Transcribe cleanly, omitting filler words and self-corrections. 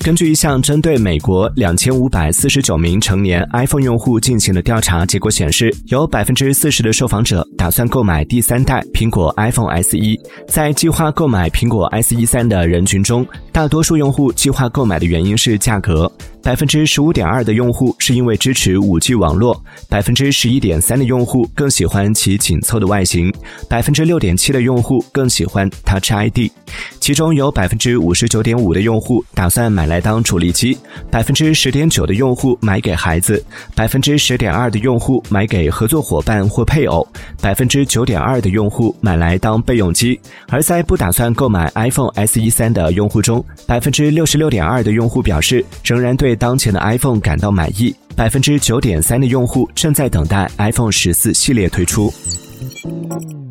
根据一项针对美国2549名成年 iPhone 用户进行的调查结果显示，有 40% 的受访者打算购买第三代苹果 iPhone SE。在计划购买苹果 SE 3的人群中，大多数用户计划购买的原因是价格。15.2% 的用户是因为支持 5G 网络， 11.3% 的用户更喜欢其紧凑的外形， 6.7% 的用户更喜欢 Touch ID。 其中有 59.5% 的用户打算买来当主力机， 10.9% 的用户买给孩子， 10.2% 的用户买给合作伙伴或配偶， 9.2% 的用户买来当备用机。而在不打算购买 iPhone SE 3的用户中， 66.2% 的用户表示仍然对当前的 iPhone 感到满意， 9.3% 的用户正在等待 iPhone 14系列推出。